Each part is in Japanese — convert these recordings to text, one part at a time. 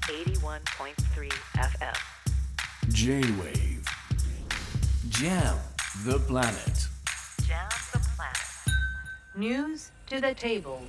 81.3 FM J-Wave Jam the Planet Jam the Planet News to the Table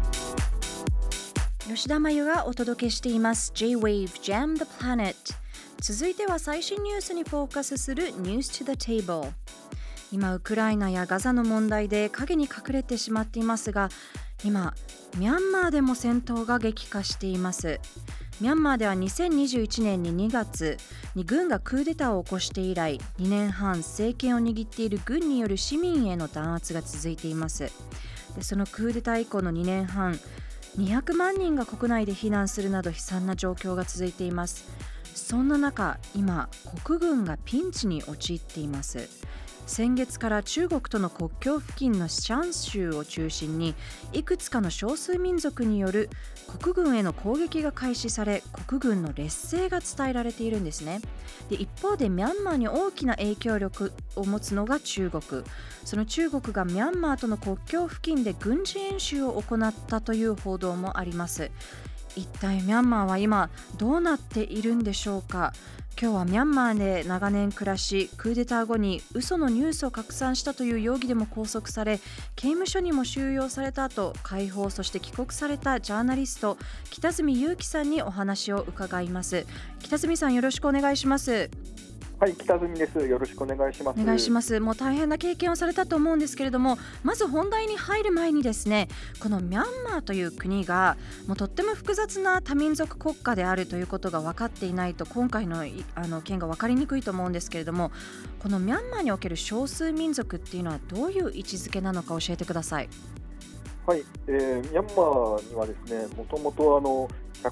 吉田真由がお届けしています J-Wave Jam the Planet。 続いては最新ニュースにフォーカスする News to the Table。 今ウクライナやガザの問題で影に隠れてしまっていますが、今ミャンマーでも戦闘が激化しています。ミャンマーでは2021年に2月に軍がクーデターを起こして以来、2年半政権を握っている軍による市民への弾圧が続いています。でそのクーデター以降の2年半、200万人が国内で避難するなど悲惨な状況が続いています。そんな中、今国軍がピンチに陥っています。先月から中国との国境付近のシャン州を中心にいくつかの少数民族による国軍への攻撃が開始され、国軍の劣勢が伝えられているんですね。で一方でミャンマーに大きな影響力を持つのが中国。その中国がミャンマーとの国境付近で軍事演習を行ったという報道もあります。一体ミャンマーは今どうなっているんでしょうか。今日はミャンマーで長年暮らし、クーデター後に嘘のニュースを拡散したという容疑でも拘束され、刑務所にも収容された後、解放そして帰国されたジャーナリスト北住裕樹さんにお話を伺います。北住さん、よろしくお願いします。 はい、北住です。よろしくお願いします。 お願いします。もう大変な経験をされたと思うんですけれども、まず本題に入る前にですね、このミャンマーという国がもうとっても複雑な多民族国家であるということが分かっていないと、今回の件が分かりにくいと思うんですけれども、このミャンマーにおける少数民族っていうのはどういう位置づけなのか教えてください。 はい、ミャンマーにはですね、もともと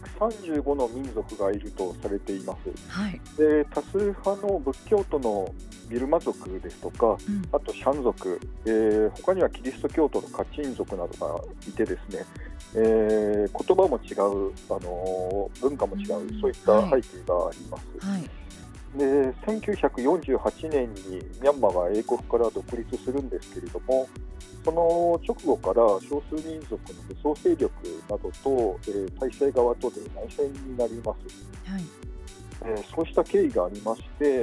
135の民族がいるとされています。 はい。 で多数派の仏教徒のビルマ族ですとか、あとシャン族、他にはキリスト教徒のカチン族などがいてですね、言葉も違う、文化も違う、そういった背景があります。 はい。 で1948年にミャンマーが英国から独立するんですけれども、その直後から少数民族の武装勢力などと、体制側とで内戦になります。 はい。 そうした経緯がありまして、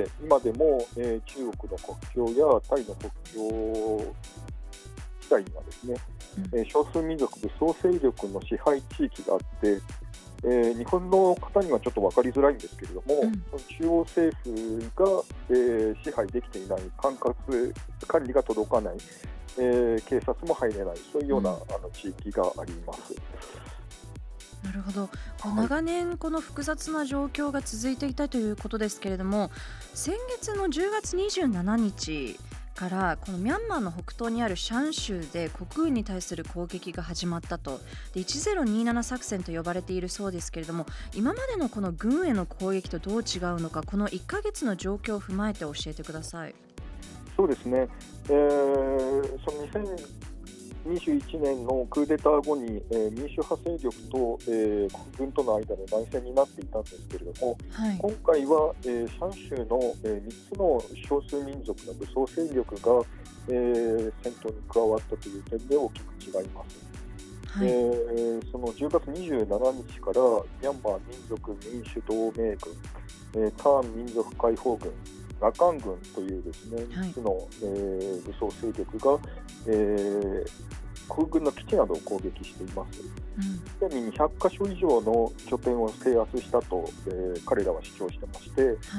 今でも、中国の国境やタイの国境地帯にはですね、少数民族武装勢力の支配地域があって、日本の方にはちょっと分かりづらいんですけれども、その中央政府が、支配できていない、管理が届かない、警察も入れない、そういうような、地域があります。 なるほど。長年この複雑な状況が続いていたということですけれども、先月の10月27日からこのミャンマーの北東にあるシャン州で国軍に対する攻撃が始まったと。で1027作戦と呼ばれているそうですけれども、今までのこの軍への攻撃とどう違うのか、この1ヶ月の状況を踏まえて教えてください。 そうですね、その2021年のクーデター後に、民主派勢力と、国軍との間で内戦になっていたんですけれども、 はい。 今回は、シャン州の、3つの少数民族の武装勢力が、戦闘に加わったという点で大きく違います。 はい。 その10月27日からミャンマー民族民主同盟軍、ターン民族解放軍、ラカン軍というですね、 はい 3つの、武装勢力が、空軍の基地などを攻撃しています。すでに200カ所以上の拠点を制圧したと、彼らは主張してまして、 はい。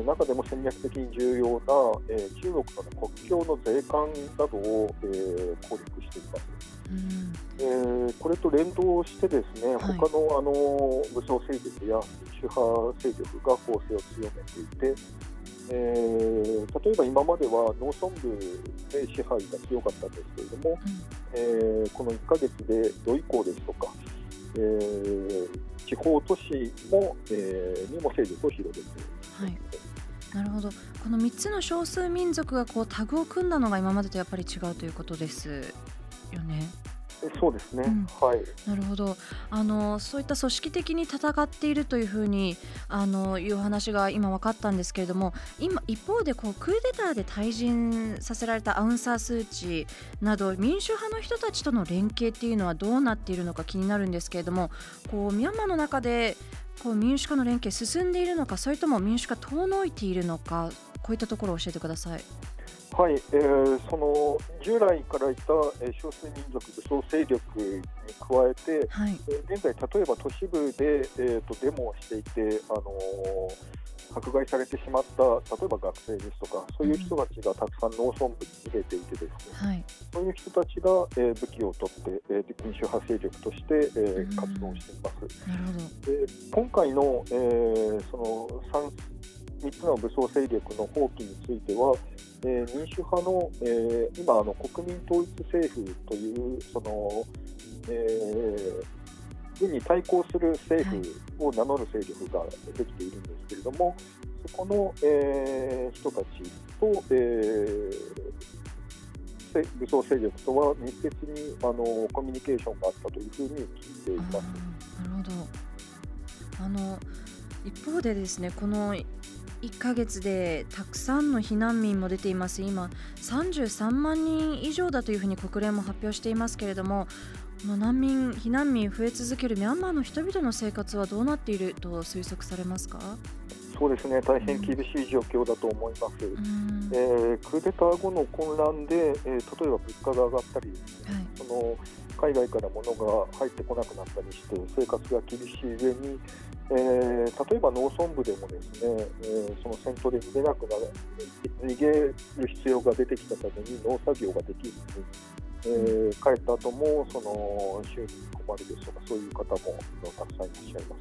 中でも戦略的に重要な、中国との国境の税関などを、攻略しています。これと連動してですね、 はい。 他の、武装勢力や民主派勢力が攻勢を強めていて、例えば今までは農村部で支配が強かったんですけれども、この1ヶ月で土井港ですとか、地方都市も、にも勢力を広げている。 はい。なるほど。この3つの少数民族がこうタグを組んだのが今までとやっぱり違うということですよね。 そうですね、はい。 なるほど。そういった組織的に戦っているというふうにいう話が今分かったんですけれども、今一方でこうクーデターで退陣させられたアウン・サー・スー・チーなど民主派の人たちとの連携っていうのはどうなっているのか気になるんですけれども、こうミャンマーの中でこう民主化の連携進んでいるのか、それとも民主化遠のいているのか、こういったところを教えてください。 はい、その従来からいた、少数民族武装勢力に加えて、 はい、 現在、例えば都市部で、デモをしていて、迫害されてしまった、例えば学生ですとか、そういう人たちがたくさん農村部に逃げていてですね、 はい、 そういう人たちが、武器を取って、民主派勢力として、活動しています。 なるほど。 今回の、その 3つの武装勢力の放棄については、民主派の、今国民統一政府というその、軍に対抗する政府を名乗る勢力ができているんですけれども、そこの、人たちと、武装勢力とは密接にコミュニケーションがあったというふうに聞いています。 なるほど。一方でですね、この1ヶ月でたくさんの避難民も出ています。今33万人以上だというふうに国連も発表していますけれども、この避難民増え続けるミャンマーの人々の生活はどうなっていると推測されますか？ そうですね、大変厳しい状況だと思います。クーデター後の混乱で、例えば物価が上がったりですね、 はい、 その海外から物が入ってこなくなったりして生活が厳しい上に、例えば農村部でもですね、その戦闘で逃げる必要が出てきたために農作業ができずに、帰った後もその収入に困るですとか、そういう方もたくさんいらっしゃいます。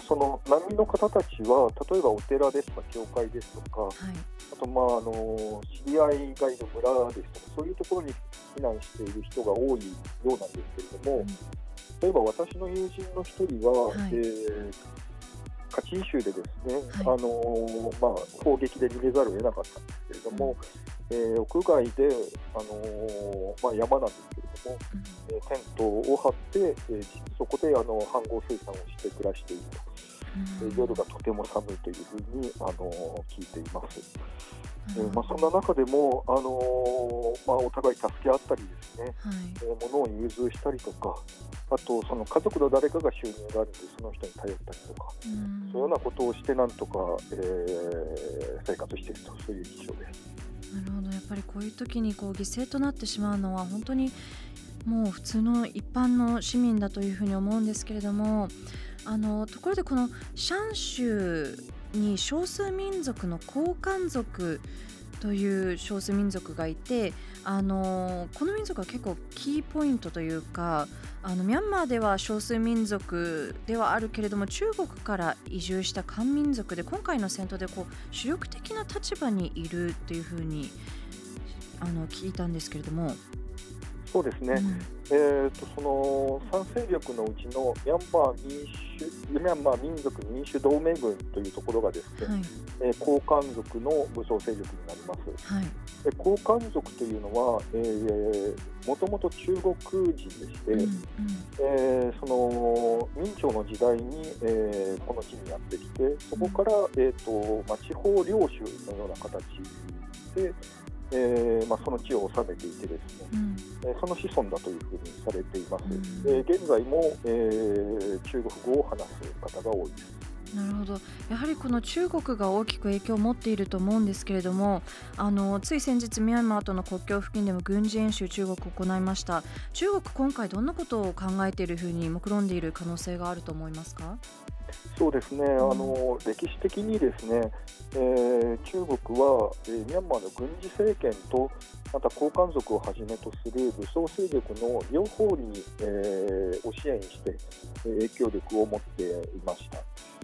その難民の方たちは例えばお寺ですとか教会ですとか、 はい、 あと知り合いがいる村ですとか、そういうところに避難している人が多いようなんですけれども、例えば私の友人の一人は、 はい、 カチン州でですね、 はい、 砲撃で逃げざるを得なかったんですけれども、屋外で、山なんですけれども、テントを張って、そこで飯盒生産をして暮らしていると、夜がとても寒いというふうに聞いています。そんな中でも、お互い助け合ったりですね、物を融通したりとか、あとその家族の誰かが収入があるのでその人に頼ったりとか、そういうようなことをしてなんとか、生活していると、そういう印象です。 なるほど。やっぱりこういう時に犠牲となってしまうのは本当にもう普通の一般の市民だというふうに思うんですけれども、ところでこのシャン州に少数民族のコーカン族という少数民族がいて、この民族は結構キーポイントというか、ミャンマーでは少数民族ではあるけれども中国から移住した漢民族で、今回の戦闘で主力的な立場にいるというふうに聞いたんですけれども。 そうですね、その3勢力のうちのミャンマー民族民主同盟軍というところがですね、コーカン族の武装勢力になります。はい、コーカン族というのはもともと中国人でして、その明朝の時代に、この地にやってきて、そこから、地方領主のような形でその地を治めていてですね、その子孫だというふうにされています。現在も、中国語を話す方が多いです。 なるほど。やはりこの中国が大きく影響を持っていると思うんですけれども、つい先日ミャンマーとの国境付近でも軍事演習中国行いました。中国今回どんなことを考えているふうに目論んでいる可能性があると思いますか？ そうですね、歴史的にですね、中国は、ミャンマーの軍事政権とまたコーカン族をはじめとする武装勢力の両方に、を支援して影響力を持っていました。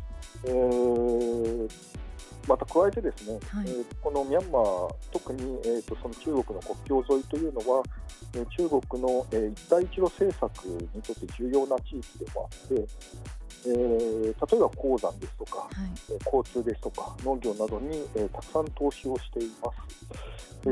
また加えてですね、このミャンマー、特に、その中国の国境沿いというのは、中国の、一帯一路政策にとって重要な地域でもあって、例えば鉱山ですとか、交通ですとか農業などに、たくさん投資をしています。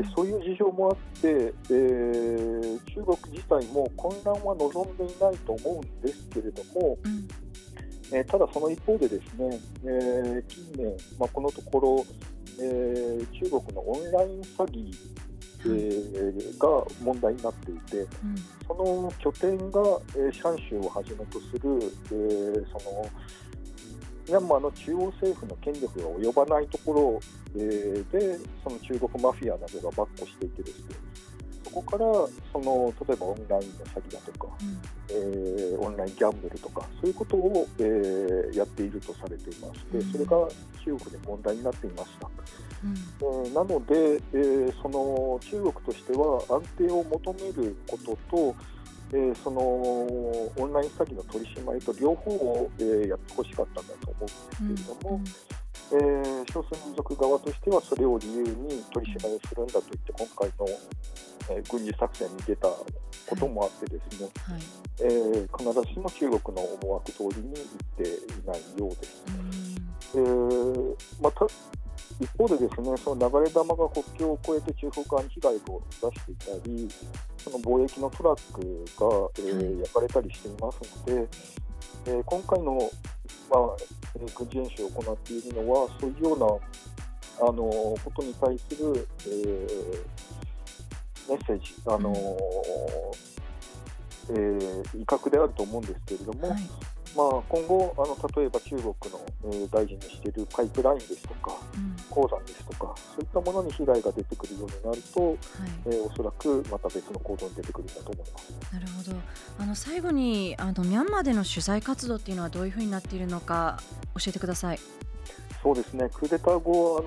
そういう事情もあって、中国自体も混乱は望んでいないと思うんですけれども、ただその一方でですね、近年、このところ、中国のオンライン詐欺が問題になっていて、その拠点が、シャン州をはじめとする、そのミャンマーの中央政府の権力が及ばないところ、でその中国マフィアなどが跋扈していてですね、そこからその例えばオンラインの詐欺だとか、オンラインギャンブルとかそういうことを、やっているとされていまして、それが中国で問題になっていました。なので、その中国としては安定を求めることと、そのオンライン詐欺の取り締まりと両方を、やってほしかったんだと思うんですけれども、少数民族側としてはそれを理由に取り締まりをするんだと言って今回の、軍事作戦に出たこともあってですね、必ずしも中国の思惑通りにいっていないようです。また一方でですね、その流れ弾が国境を越えて中国側に被害を出していたり、その貿易のトラックが、焼かれたりしていますので、今回の、軍事演習を行っているのはそういうようなことに対する、メッセージ、威嚇であると思うんですけれども、今後例えば中国の、大事にしているパイプラインですとか、鉱山ですとかそういったものに被害が出てくるようになると、おそらくまた別の行動に出てくるんだと思います。 なるほど。最後にミャンマーでの取材活動っていうのはどういうふうになっているのか教えてください。 そうですね、クーデター後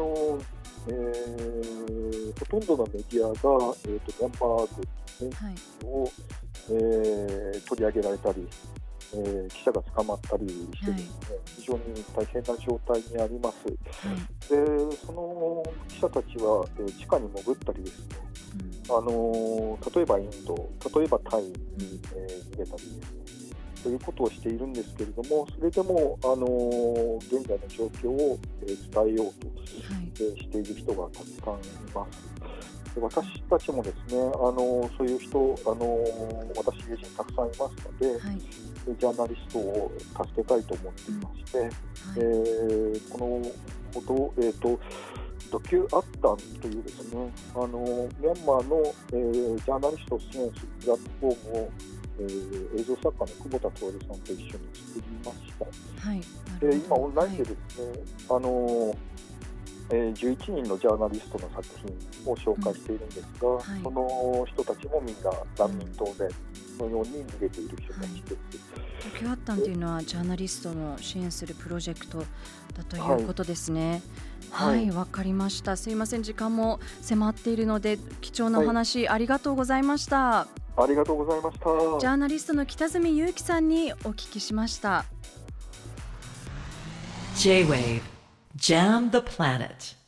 ほとんどのメディアが、ミャンマー軍を、取り上げられたり、記者が捕まったりしてですね、非常に大変な状態にあります。でその記者たちは、地下に潜ったりですね、例えばインド、例えばタイに、逃げたりですね、ということをしているんですけれども、それでも現在の状況を、伝えようと、している人がたくさんいます。で私たちもですね、そういう人、私友人たくさんいますので、ジャーナリストを助けたいと思っていまして、このほど、ドキュアッタンというですね、ミャンマーの、ジャーナリストを支援するプラットフォームを、映像作家の久保田徹さんと一緒に作りました。今オンラインでですね、11人のジャーナリストの作品を紹介しているんですが、その人たちもみんな難民当然のように逃げている人たちです。 ドキュアッタンというのはジャーナリストの支援するプロジェクトだということですね。わかりました。すいません、時間も迫っているので貴重なお話、ありがとうございました。 ありがとうございました。 ジャーナリストの北住裕樹さんにお聞きしました。 J-Wave Jam the Planet